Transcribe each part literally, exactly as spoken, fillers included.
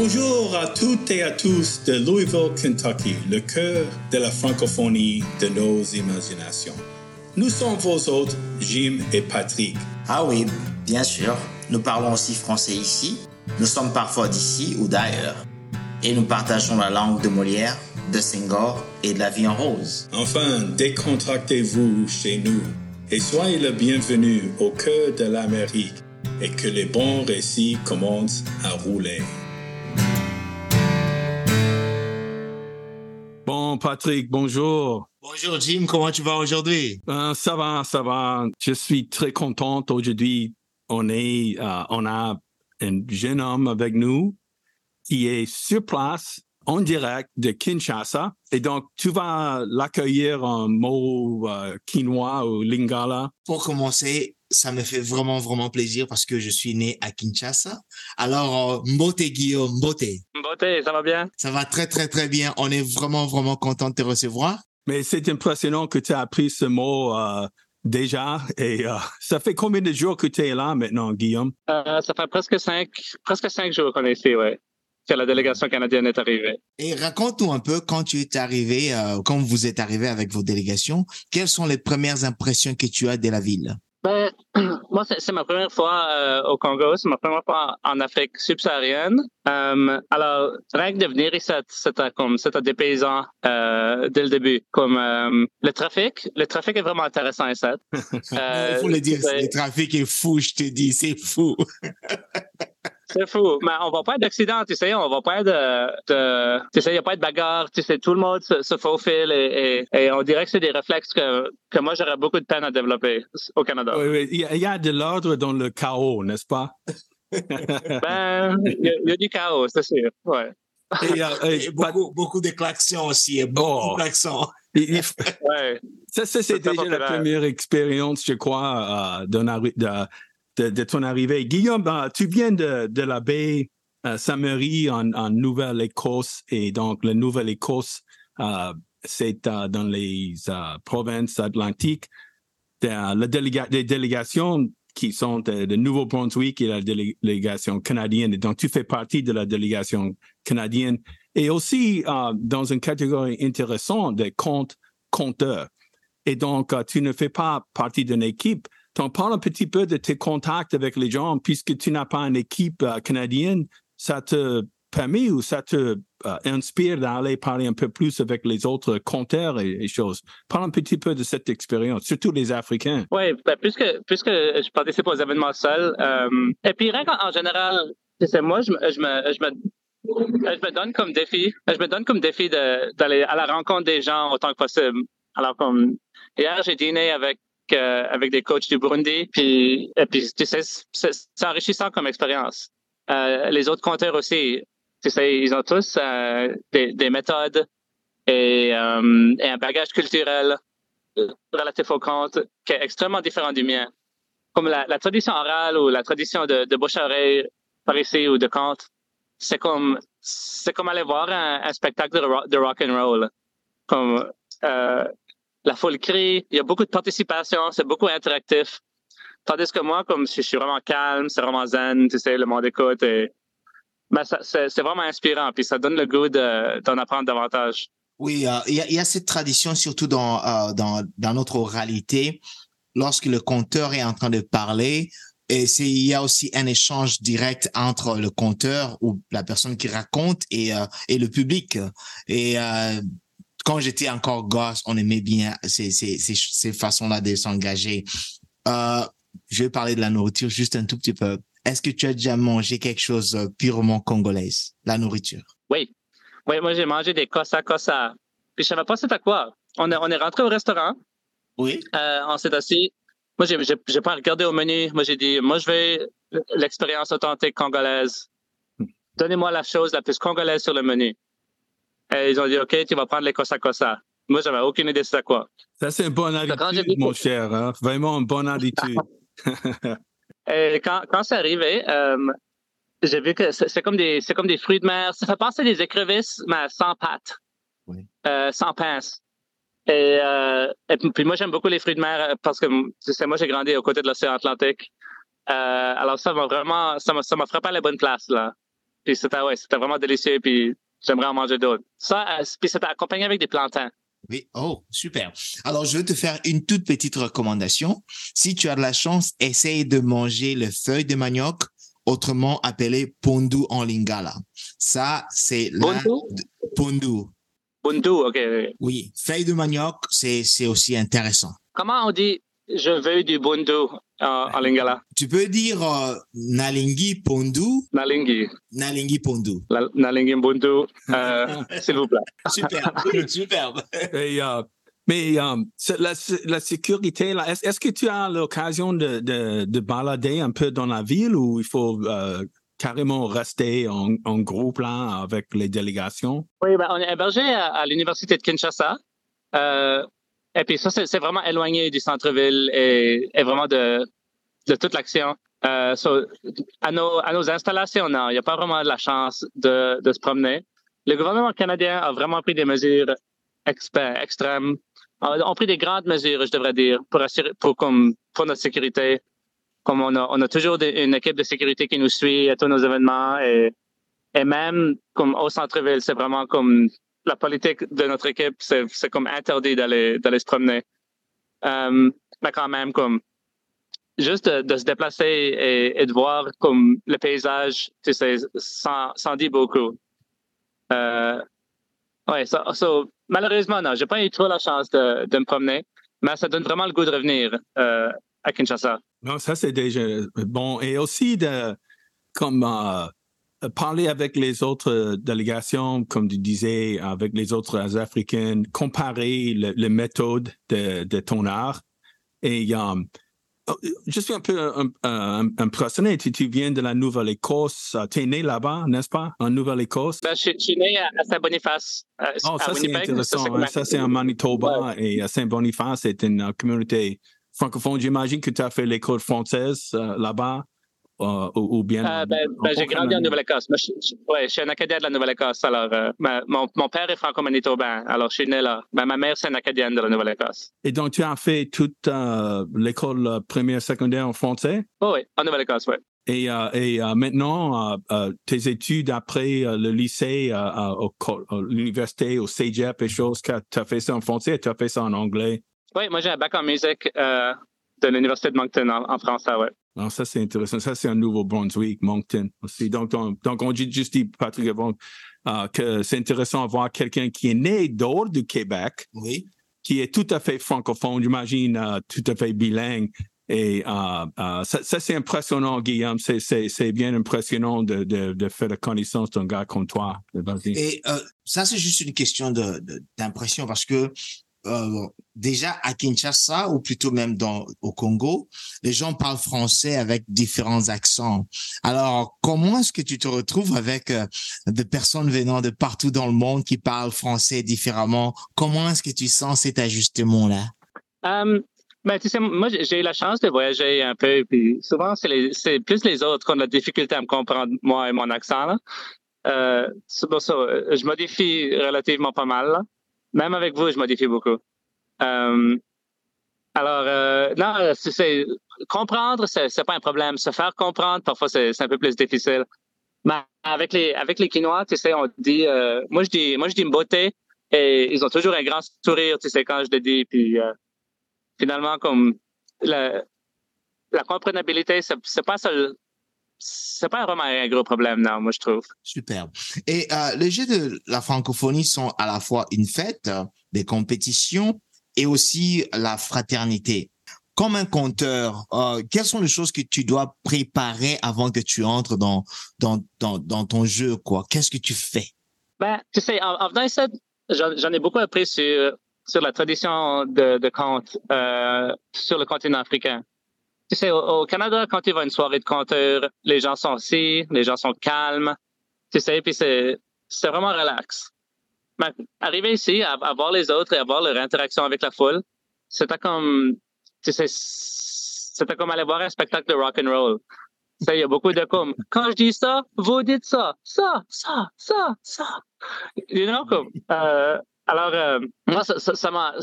Bonjour à toutes et à tous de Louisville, Kentucky, le cœur de la francophonie de nos imaginations. Nous sommes vos hôtes, Jim et Patrick. Ah oui, bien sûr. Nous parlons aussi français ici. Nous sommes parfois d'ici ou d'ailleurs. Et nous partageons la langue de Molière, de Senghor et de la vie en rose. Enfin, décontractez-vous chez nous et soyez le bienvenu au cœur de l'Amérique et que les bons récits commencent à rouler. Bon, Patrick, bonjour. Bonjour Jim, comment tu vas aujourd'hui? Euh, ça va, ça va. Je suis très contente aujourd'hui. On est, euh, on a un jeune homme avec nous qui est sur place, en direct de Kinshasa. Et donc, tu vas l'accueillir en mot euh, quinoa ou lingala. Pour commencer, ça me fait vraiment, vraiment plaisir parce que je suis né à Kinshasa. Alors, euh, Mbote Guillaume, Mbote. Mbote, ça va bien? Ça va très, très, très bien. On est vraiment, vraiment content de te recevoir. Mais c'est impressionnant que tu as appris ce mot euh, déjà. Et euh, ça fait combien de jours que tu es là maintenant, Guillaume? Euh, ça fait presque cinq, presque cinq jours qu'on est ici, ouais. Que la délégation canadienne est arrivée. Et raconte-nous un peu quand tu es arrivé, euh, quand vous êtes arrivé avec vos délégations, quelles sont les premières impressions que tu as de la ville? Ben, moi, c'est, c'est ma première fois euh, au Congo, c'est ma première fois en, en Afrique subsaharienne. Euh, alors, rien que de venir ici, c'était comme, c'était des paysans euh, dès le début. Comme euh, le trafic, le trafic est vraiment intéressant ici. Euh, Il faut le dire, le trafic est fou, je te dis, c'est fou. C'est fou. Mais on va pas être d'accident, tu sais. On va pas être de, de tu sais, il n'y a pas de bagarre. Tu sais, tout le monde se, se faufile et, et, et on dirait que c'est des réflexes que, que moi, j'aurais beaucoup de peine à développer au Canada. Oui, oui. Il y a, il y a de l'ordre dans le chaos, n'est-ce pas? Ben, il y, a, il y a du chaos, c'est sûr. Ouais. Et, euh, et beaucoup, beaucoup de klaxons aussi. Beaucoup oh. de klaxons. Ouais. Ça, ça, c'est déjà la première expérience, je crois, euh, de, de, de, de ton arrivée. Guillaume, euh, tu viens de, de la baie euh, Sainte-Marie en, en Nouvelle-Écosse. Et donc, la Nouvelle-Écosse, euh, c'est euh, dans les euh, provinces atlantiques. De, euh, la déléga- les délégations qui sont de, de Nouveau-Brunswick et la délégation canadienne. Et donc, tu fais partie de la délégation canadienne. Et aussi, euh, dans une catégorie intéressante des comptes compteurs. Et donc, euh, tu ne fais pas partie d'une équipe. Donc, parle un petit peu de tes contacts avec les gens, puisque tu n'as pas une équipe euh, canadienne, ça te permet ou ça te euh, inspire d'aller parler un peu plus avec les autres compteurs et, et choses. Parle un petit peu de cette expérience, surtout les Africains. Oui, ben, puisque, puisque je participe aux événements seuls, euh, et puis rien qu'en en général, c'est moi, je me, je me, je me Je me donne comme défi, je me donne comme défi de, d'aller à la rencontre des gens autant que possible. Alors, comme hier, j'ai dîné avec euh, avec des coachs du Burundi, puis et puis tu sais, c'est, c'est enrichissant comme expérience. Euh, les autres compteurs aussi, tu sais, ils ont tous euh, des, des méthodes et, euh, et un bagage culturel relatif au compte qui est extrêmement différent du mien. Comme la, la tradition orale ou la tradition de, de bouche à oreille par ici ou de compte. C'est comme, c'est comme aller voir un, un spectacle de rock, de rock and roll. Comme, euh, la foule crie, il y a beaucoup de participation, c'est beaucoup interactif. Tandis que moi, comme je suis vraiment calme, c'est vraiment zen, tu sais, le monde écoute et, ben, ça, c'est, c'est vraiment inspirant, puis ça donne le goût de, d'en apprendre davantage. Oui, euh, il y, a, il y a cette tradition, surtout dans, euh, dans, dans notre oralité, lorsque le conteur est en train de parler, et c'est, il y a aussi un échange direct entre le conteur ou la personne qui raconte et, euh, et le public. Et euh, quand j'étais encore gosse, on aimait bien ces, ces, ces, ces façons-là de s'engager. Euh, je vais parler de la nourriture juste un tout petit peu. Est-ce que tu as déjà mangé quelque chose purement congolaise, la nourriture? Oui. Oui, moi, j'ai mangé des kossa kossa. Puis je savais pas c'était quoi. On est, on est rentré au restaurant. Oui. Euh, on s'est assis. Moi, j'ai, j'ai, j'ai pas regardé au menu. Moi, j'ai dit, moi, je veux l'expérience authentique congolaise. Donnez-moi la chose la plus congolaise sur le menu. Et ils ont dit, OK, tu vas prendre les kossa kossa. Moi, j'avais aucune idée de c'était quoi. Ça, c'est une bonne habitude, mon cher. Hein? Vraiment une bonne habitude. Et quand, quand c'est arrivé, euh, j'ai vu que c'est, c'est comme des, c'est comme des fruits de mer. Ça fait penser des écrevisses, mais sans pâte. Oui. Euh, sans pince. Et, euh, et puis moi, j'aime beaucoup les fruits de mer parce que c'est moi, j'ai grandi aux côtés de l'océan Atlantique. Euh, alors ça m'a vraiment, ça m'a, ça m'a frappé à la bonne place, là. Puis c'était, ouais, c'était vraiment délicieux, puis j'aimerais en manger d'autres. Ça, euh, puis c'était accompagné avec des plantains. Oui, oh, super. Alors, je vais te faire une toute petite recommandation. Si tu as de la chance, essaye de manger les feuilles de manioc, autrement appelé pondu en lingala. Ça, c'est la... Pondu? Pondu. Pondu, OK. Oui, feuilles de manioc, c'est, c'est aussi intéressant. Comment on dit « je veux du pondu » en, en lingala? Tu peux dire euh, nalingi pondu. Nalingi. Nalingi pondu. La, nalingi pondu, euh, s'il vous plaît. Super, oui, superbe. Et, euh, mais euh, la, la sécurité, là, est-ce, est-ce que tu as l'occasion de, de, de balader un peu dans la ville ou il faut euh, carrément rester en, en groupe là avec les délégations? Oui, ben, on est hébergé à, à l'université de Kinshasa. Euh, et puis ça, c'est, c'est vraiment éloigné du centre-ville et, et vraiment de, de toute l'action. Euh, so, à, nos, à nos installations, non, il n'y a pas vraiment de la chance de, de se promener. Le gouvernement canadien a vraiment pris des mesures exp- extrêmes. On a pris des grandes mesures, je devrais dire, pour assurer, pour, comme, pour notre sécurité. Comme on a, on a toujours des, une équipe de sécurité qui nous suit à tous nos événements et, et même comme au centre-ville, c'est vraiment comme la politique de notre équipe, c'est, c'est comme interdit d'aller, d'aller se promener. Euh, mais quand même, comme juste de, de se déplacer et, et de voir comme le paysage, tu sais, ça, ça en dit beaucoup. Euh, ouais, ça, ça, malheureusement, non, j'ai pas eu trop la chance de, de me promener, mais ça donne vraiment le goût de revenir euh, à Kinshasa. Non, ça c'est déjà bon. Et aussi de comme euh, parler avec les autres délégations, comme tu disais, avec les autres Africains, comparer le, les méthodes de, de ton art. Et um, je suis un peu un, un, impressionné. Tu, tu viens de la Nouvelle-Écosse. Tu es né là-bas, n'est-ce pas, en Nouvelle-Écosse? Ben, je, je suis né à Saint-Boniface. Euh, oh, ça c'est intéressant. Ça, c'est, hein? Ça, c'est en Manitoba. Ouais. Et à Saint-Boniface, c'est une communauté francophone. J'imagine que tu as fait l'école française euh, là-bas. Euh, ou, ou bien euh, ben, ben, j'ai grandi en Nouvelle-Écosse. Moi, je, je, ouais, je suis un Acadien de la Nouvelle-Écosse. Alors, euh, ma, mon, mon père est franco-manitobain. Alors, je suis né là. Ben, ma mère, c'est une Acadienne de la Nouvelle-Écosse. Et donc, tu as fait toute euh, l'école primaire, secondaire en français? Oh, oui, en Nouvelle-Écosse, oui. Et, euh, et euh, maintenant, euh, euh, tes études après euh, le lycée, euh, au, à l'université, au cégep et choses, tu as fait ça en français et tu as fait ça en anglais? Oui, moi, j'ai un bac en musique euh, de l'Université de Moncton en, en français, oui. Alors, ça, c'est intéressant. Ça, c'est un Nouveau-Brunswick, Moncton aussi. Donc, on, donc on dit juste dit, Patrick, avant, euh, que c'est intéressant de voir quelqu'un qui est né dehors du Québec, oui, qui est tout à fait francophone, j'imagine, euh, tout à fait bilingue. Et euh, euh, ça, ça, c'est impressionnant, Guillaume. C'est, c'est, c'est bien impressionnant de, de, de faire la connaissance d'un gars comme toi. Vas-y. Et euh, ça, c'est juste une question de, de, d'impression parce que Euh, déjà à Kinshasa ou plutôt même dans au Congo, les gens parlent français avec différents accents. Alors, comment est-ce que tu te retrouves avec euh, des personnes venant de partout dans le monde qui parlent français différemment? Comment est-ce que tu sens cet ajustement-là? Um, ben, tu sais, moi, j'ai eu la chance de voyager un peu, puis souvent, c'est, les, c'est plus les autres qui ont de la difficulté à me comprendre, moi et mon accent, là. Euh, c'est pour ça, je modifie relativement pas mal, là. Même avec vous, je modifie beaucoup. Euh, alors, euh, non, c'est, c'est, comprendre, c'est, c'est pas un problème. Se faire comprendre, parfois, c'est, c'est un peu plus difficile. Mais avec les, avec les Quinois, tu sais, on dit, euh, moi, je dis, moi, je dis Mbote, et ils ont toujours un grand sourire, tu sais, quand je le dis. Puis, euh, finalement, comme, la, la comprenabilité, c'est, c'est pas ça. C'est pas vraiment un gros problème, non, moi, je trouve. Superbe. Et euh, les Jeux de la francophonie sont à la fois une fête, des compétitions et aussi la fraternité. Comme un conteur, euh, quelles sont les choses que tu dois préparer avant que tu entres dans dans dans, dans ton jeu, quoi? Qu'est-ce que tu fais? Ben, tu sais, en, en venant ici, j'en, j'en ai beaucoup appris sur sur la tradition de, de conte euh, sur le continent africain. Tu sais, au, au Canada, quand il va à une soirée de conteur, les gens sont assis, les gens sont calmes, tu sais, puis c'est, c'est vraiment relax. Mais arriver ici, à, à voir les autres et à voir leur interaction avec la foule, c'était comme, tu sais, c'était comme aller voir un spectacle de rock and roll. Tu sais, il y a beaucoup de comme, quand je dis ça, vous dites ça, ça, ça, ça, ça. You know, comme, euh, alors, euh, moi, ça, ça, ça m'a,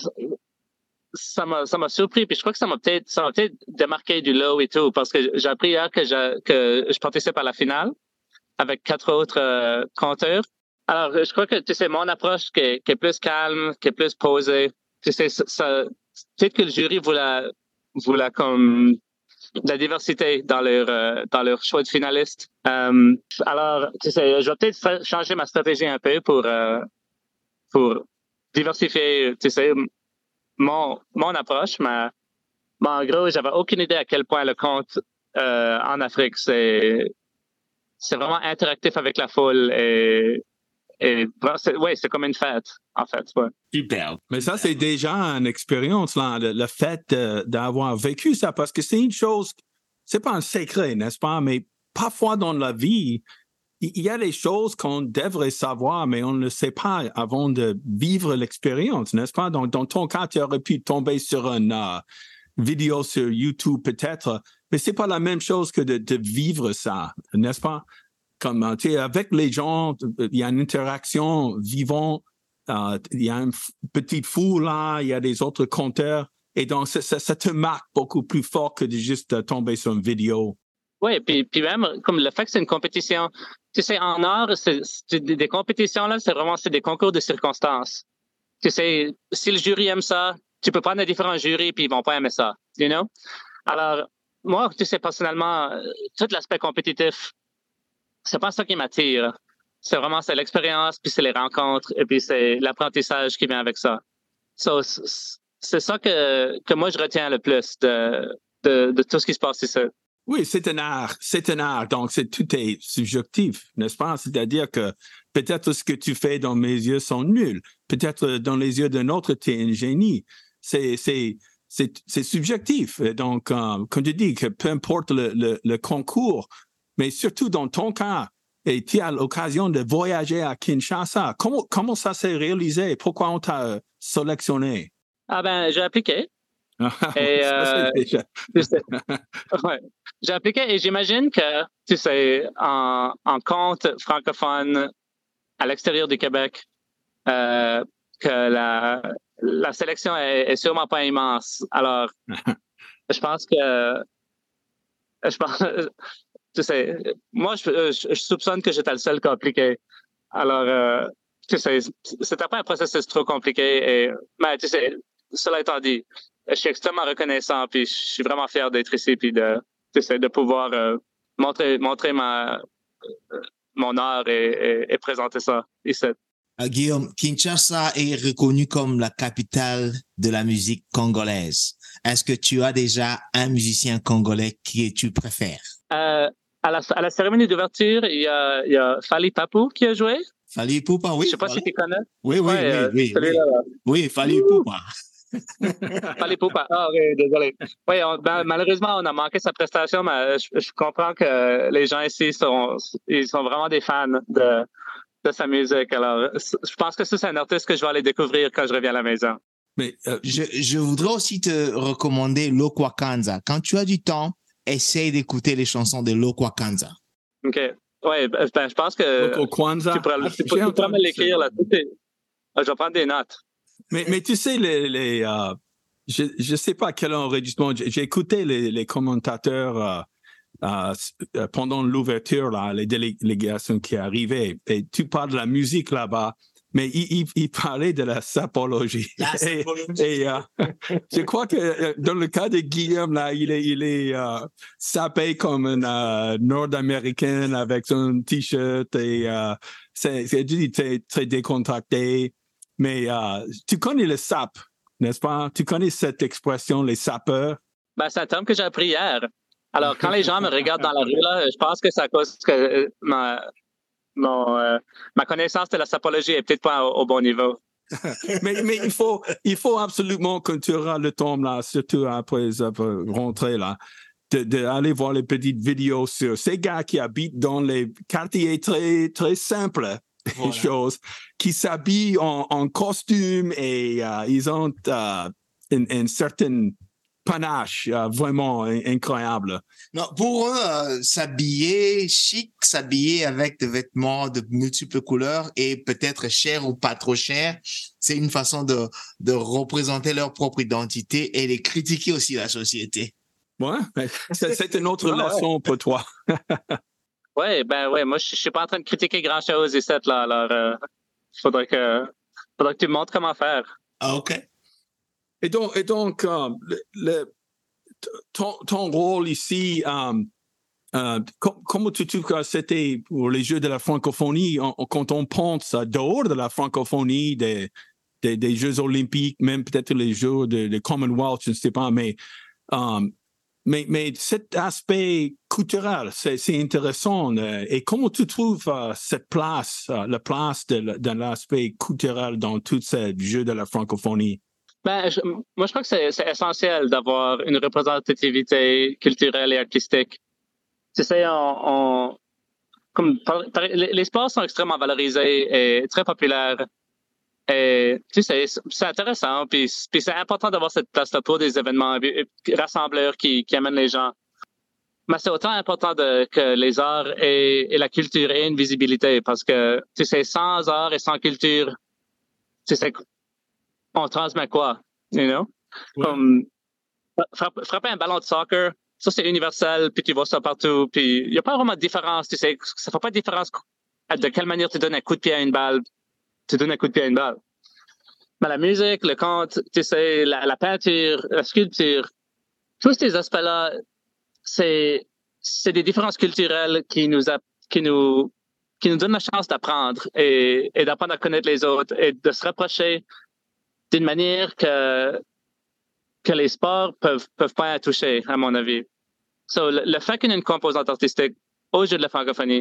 ça m'a, ça m'a surpris, puis je crois que ça m'a peut-être, ça m'a peut-être démarqué du lot et tout, parce que j'ai appris hier que je, que je participe à la finale. avec quatre autres euh, conteurs. Alors, je crois que, tu sais, mon approche qui est, qui est plus calme, qui est plus posée, tu sais, ça, ça peut-être que le jury voulait, voulait comme de la diversité dans leur, euh, dans leur choix de finalistes. Euh, alors, tu sais, je vais peut-être changer ma stratégie un peu pour, euh, pour diversifier, tu sais, mon, mon approche, mais, mais en gros, j'avais aucune idée à quel point le conte euh, en Afrique, c'est, c'est vraiment interactif avec la foule et, et c'est, ouais, c'est comme une fête, en fait. Ouais. Super. Mais ça, c'est déjà une expérience, là, le, le fait euh, d'avoir vécu ça, parce que c'est une chose, c'est pas un secret, n'est-ce pas? Mais parfois dans la vie, il y a des choses qu'on devrait savoir, mais on ne le sait pas avant de vivre l'expérience, n'est-ce pas? Donc, dans ton cas, tu aurais pu tomber sur une uh, vidéo sur YouTube peut-être, mais c'est pas la même chose que de, de vivre ça, n'est-ce pas? Comme, tu sais, avec les gens, il y a une interaction vivante, uh, il y a une f- petite foule là, il y a des autres compteurs, et donc ça, ça, ça te marque beaucoup plus fort que de juste uh, tomber sur une vidéo. Oui, puis, puis même, comme le fait que c'est une compétition, tu sais, en art, c'est, c'est des, des compétitions, là, c'est vraiment, c'est des concours de circonstances. Tu sais, si le jury aime ça, tu peux prendre différents jurys puis ils vont pas aimer ça, you know? Alors, moi, tu sais, personnellement, tout l'aspect compétitif, c'est pas ça qui m'attire. C'est vraiment, c'est l'expérience, puis c'est les rencontres, et puis c'est l'apprentissage qui vient avec ça. So, c'est ça que, que moi, je retiens le plus de, de, de tout ce qui se passe ici. Oui, c'est un art, c'est un art, donc c'est, tout est subjectif, n'est-ce pas? C'est-à-dire que peut-être ce que tu fais dans mes yeux sont nuls, peut-être dans les yeux d'un autre, tu es un génie. C'est, c'est, c'est, c'est subjectif. Donc, euh, comme tu dis, que peu importe le, le, le concours, mais surtout dans ton cas, et tu as l'occasion de voyager à Kinshasa, comment, comment ça s'est réalisé? Pourquoi on t'a sélectionné? Ah ben, j'ai appliqué. Et, euh, ouais. J'ai appliqué et j'imagine que, tu sais, en, en conte francophone à l'extérieur du Québec, euh, que la, la sélection est, est sûrement pas immense. Alors, je pense que, je pense, tu sais, moi, je, je, je soupçonne que j'étais le seul qui a appliqué. Alors, euh, tu sais, c'était pas un processus trop compliqué et, mais tu sais, cela étant dit, je suis extrêmement reconnaissant puis je suis vraiment fier d'être ici puis de, de pouvoir euh, montrer, montrer ma, euh, mon art et, et, et présenter ça ici. Uh, Guillaume, Kinshasa est reconnue comme la capitale de la musique congolaise. Est-ce que tu as déjà un musicien congolais que tu préfères? Euh, à, la, à la cérémonie d'ouverture, il y a, il y a Fally Papou qui a joué. Fally Poupa, oui. Je sais pas voilà. si tu connais. Oui, oui, ouais, oui, euh, oui, oui. Oui, Fally Poupa. Fally Poupa. Ah, oui, désolé. Oui, on, ben, malheureusement, on a manqué sa prestation, mais je, je comprends que les gens ici sont, ils sont vraiment des fans de, de sa musique. Alors, je pense que ça, c'est un artiste que je vais aller découvrir quand je reviens à la maison. Mais euh, je, je voudrais aussi te recommander Lokwa Kanza. Quand tu as du temps, essaye d'écouter les chansons de Lokwa Kanza. OK. Oui, ben, je pense que Lokwa Kanza. tu pourrais, ah, tu, tu pourrais me l'écrire. Là. Je vais prendre des notes. Mais, mais tu sais, les, les, euh, je ne sais pas quel enregistrement, j'ai écouté les, les commentateurs euh, euh, pendant l'ouverture, là, les délégations qui arrivaient, et tu parles de la musique là-bas, mais il, il, il parlait de la sapologie. La sapologie. Et, et euh, je crois que dans le cas de Guillaume, là, il est, il est euh, sapé comme un euh, Nord-Américain avec son T-shirt et euh, c'est, c'est très, très décontracté. Mais euh, tu connais le sap, n'est-ce pas? Tu connais cette expression, les sapeurs? Ben, c'est un terme que j'ai appris hier. Alors, quand les gens me regardent dans la rue, là, je pense que c'est à cause que euh, ma, mon, euh, ma connaissance de la sapologie est peut-être pas au, au bon niveau. mais mais il, faut, il faut absolument, quand tu auras le temps, là, surtout après euh, rentrer, là, d'aller voir les petites vidéos sur ces gars qui habitent dans les quartiers très, très simples. Voilà. Choses qui s'habillent en, en costume et euh, ils ont euh, une, une certaine panache euh, vraiment incroyable. Non, pour eux, euh, s'habiller chic, s'habiller avec des vêtements de multiples couleurs et peut-être cher ou pas trop cher, c'est une façon de, de représenter leur propre identité et de critiquer aussi la société. Ouais, c'est une autre leçon pour toi. Oui, ben ouais, moi, je suis pas en train de critiquer grand-chose ici, là. Alors, euh, faudrait que, faudrait que tu me montres comment faire. Ah, OK. Et donc, et donc euh, le, le, ton, ton rôle ici, euh, euh, com- comment tu trouves que c'était pour les Jeux de la francophonie, on, quand on pense dehors de la francophonie, des, des, des Jeux olympiques, même peut-être les Jeux de, de Commonwealth, je ne sais pas, mais... Um, Mais, mais cet aspect culturel, c'est, c'est intéressant. Euh, et comment tu trouves euh, cette place, euh, la place de, de l'aspect culturel dans tous ces jeux de la francophonie? Ben, je, moi, je crois que c'est, c'est essentiel d'avoir une représentativité culturelle et artistique. Tu sais, on, on comme par, par, les, les sports sont extrêmement valorisés et très populaires. Et tu sais, c'est, c'est intéressant, puis, puis c'est important d'avoir cette place-là pour des événements rassembleurs qui, qui amènent les gens. Mais c'est autant important de, que les arts et, et la culture aient une visibilité, parce que tu sais, sans art et sans culture, tu sais, on transmet quoi, you know? Ouais. Comme frapper, frapper un ballon de soccer, ça c'est universel, puis tu vois ça partout, puis il n'y a pas vraiment de différence, tu sais, ça fait pas de différence de quelle manière tu donnes un coup de pied à une balle. Tu donnes un coup de pied à une balle. Mais la musique, le conte, tu sais, la, la peinture, la sculpture, tous ces aspects-là, c'est, c'est des différences culturelles qui nous, a, qui nous, qui nous donnent la chance d'apprendre et, et d'apprendre à connaître les autres et de se rapprocher d'une manière que, que les sports peuvent, peuvent pas toucher, à mon avis. So, le, le fait qu'il y ait une composante artistique au jeu de la francophonie,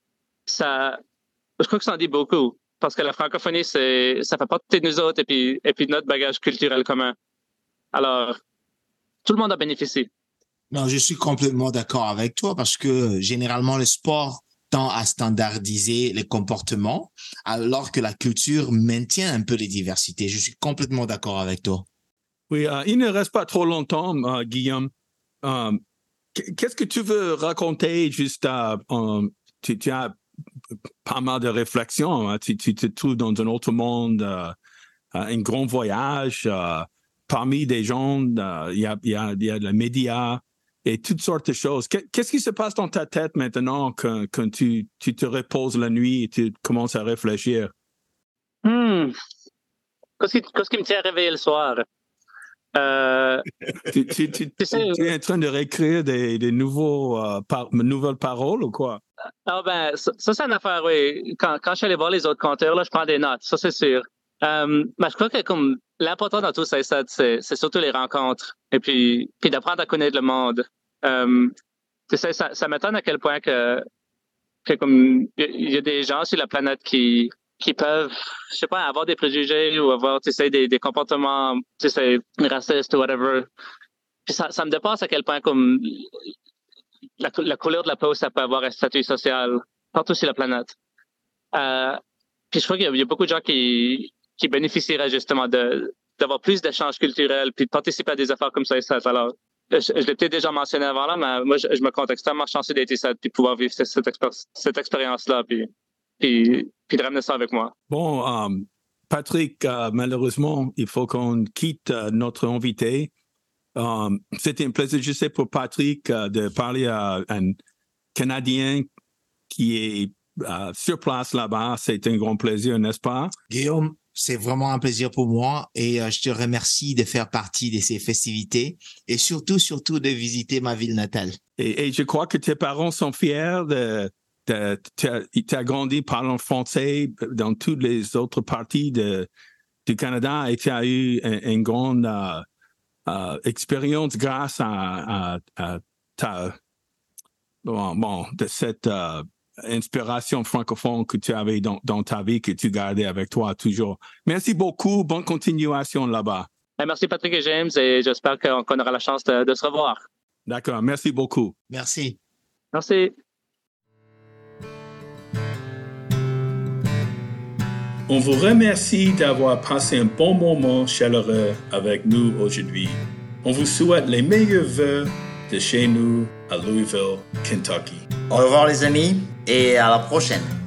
ça, je crois que ça en dit beaucoup. Parce que la francophonie, c'est, ça fait partie de nous autres et puis, et puis de notre bagage culturel commun. Alors, tout le monde en bénéficie. Non, je suis complètement d'accord avec toi parce que généralement, le sport tend à standardiser les comportements alors que la culture maintient un peu les diversités. Je suis complètement d'accord avec toi. Oui, euh, il ne reste pas trop longtemps, euh, Guillaume. Euh, qu'est-ce que tu veux raconter juste à... Euh, tu, tu as pas mal de réflexions. Hein. Tu, tu te trouves dans un autre monde, euh, un grand voyage. Euh, parmi des gens, il euh, y, a, y, a, y a les médias et toutes sortes de choses. Qu'est-ce qui se passe dans ta tête maintenant quand, quand tu, tu te reposes la nuit et tu commences à réfléchir? Hmm. Qu'est-ce qui, qu'est-ce qui me tient à réveiller le soir? Euh, tu, tu, tu, tu, tu es en train de réécrire des, des nouveaux, euh, par, nouvelles paroles ou quoi? Ah ben, ça, ça c'est une affaire, oui. Quand, quand je suis allé voir les autres conteurs, là, je prends des notes, ça c'est sûr. Euh, mais je crois que comme l'important dans tout ça, c'est, c'est surtout les rencontres et puis, puis d'apprendre à connaître le monde. Euh, tu sais, ça, ça m'étonne à quel point que, que comme il y a des gens sur la planète qui qui peuvent, je sais pas, avoir des préjugés ou avoir, tu sais, des, des comportements, tu sais, racistes ou whatever. Puis ça, ça me dépasse à quel point comme la, la couleur de la peau, ça peut avoir un statut social partout sur la planète. Euh, puis je crois qu'il y a, il y a beaucoup de gens qui, qui bénéficieraient justement de, d'avoir plus d'échanges culturels puis de participer à des affaires comme ça et ça. Alors, je, je l'ai peut-être déjà mentionné avant là, mais moi, je, je me compte extrêmement chanceux d'être ici puis de pouvoir vivre cette, cette, expéri- cette expérience-là puis, puis, puis de ramener ça avec moi. Bon, um, Patrick, uh, malheureusement, il faut qu'on quitte uh, notre invité. Um, c'était un plaisir, je sais, pour Patrick uh, de parler à un Canadien qui est uh, sur place là-bas. C'est un grand plaisir, n'est-ce pas? Guillaume, c'est vraiment un plaisir pour moi et euh, je te remercie de faire partie de ces festivités et surtout, surtout de visiter ma ville natale. Et, et je crois que tes parents sont fiers de... Tu as grandi parlant français dans toutes les autres parties de, du Canada et tu as eu une, une grande uh, uh, expérience grâce à, à, à ta, bon, bon, de cette uh, inspiration francophone que tu avais dans, dans ta vie, que tu gardais avec toi toujours. Merci beaucoup. Bonne continuation là-bas. Merci Patrick et James et j'espère qu'on, qu'on aura la chance de, de se revoir. D'accord. Merci beaucoup. Merci. Merci. On vous remercie d'avoir passé un bon moment chaleureux avec nous aujourd'hui. On vous souhaite les meilleurs vœux de chez nous à Louisville, Kentucky. Au revoir les amis et à la prochaine.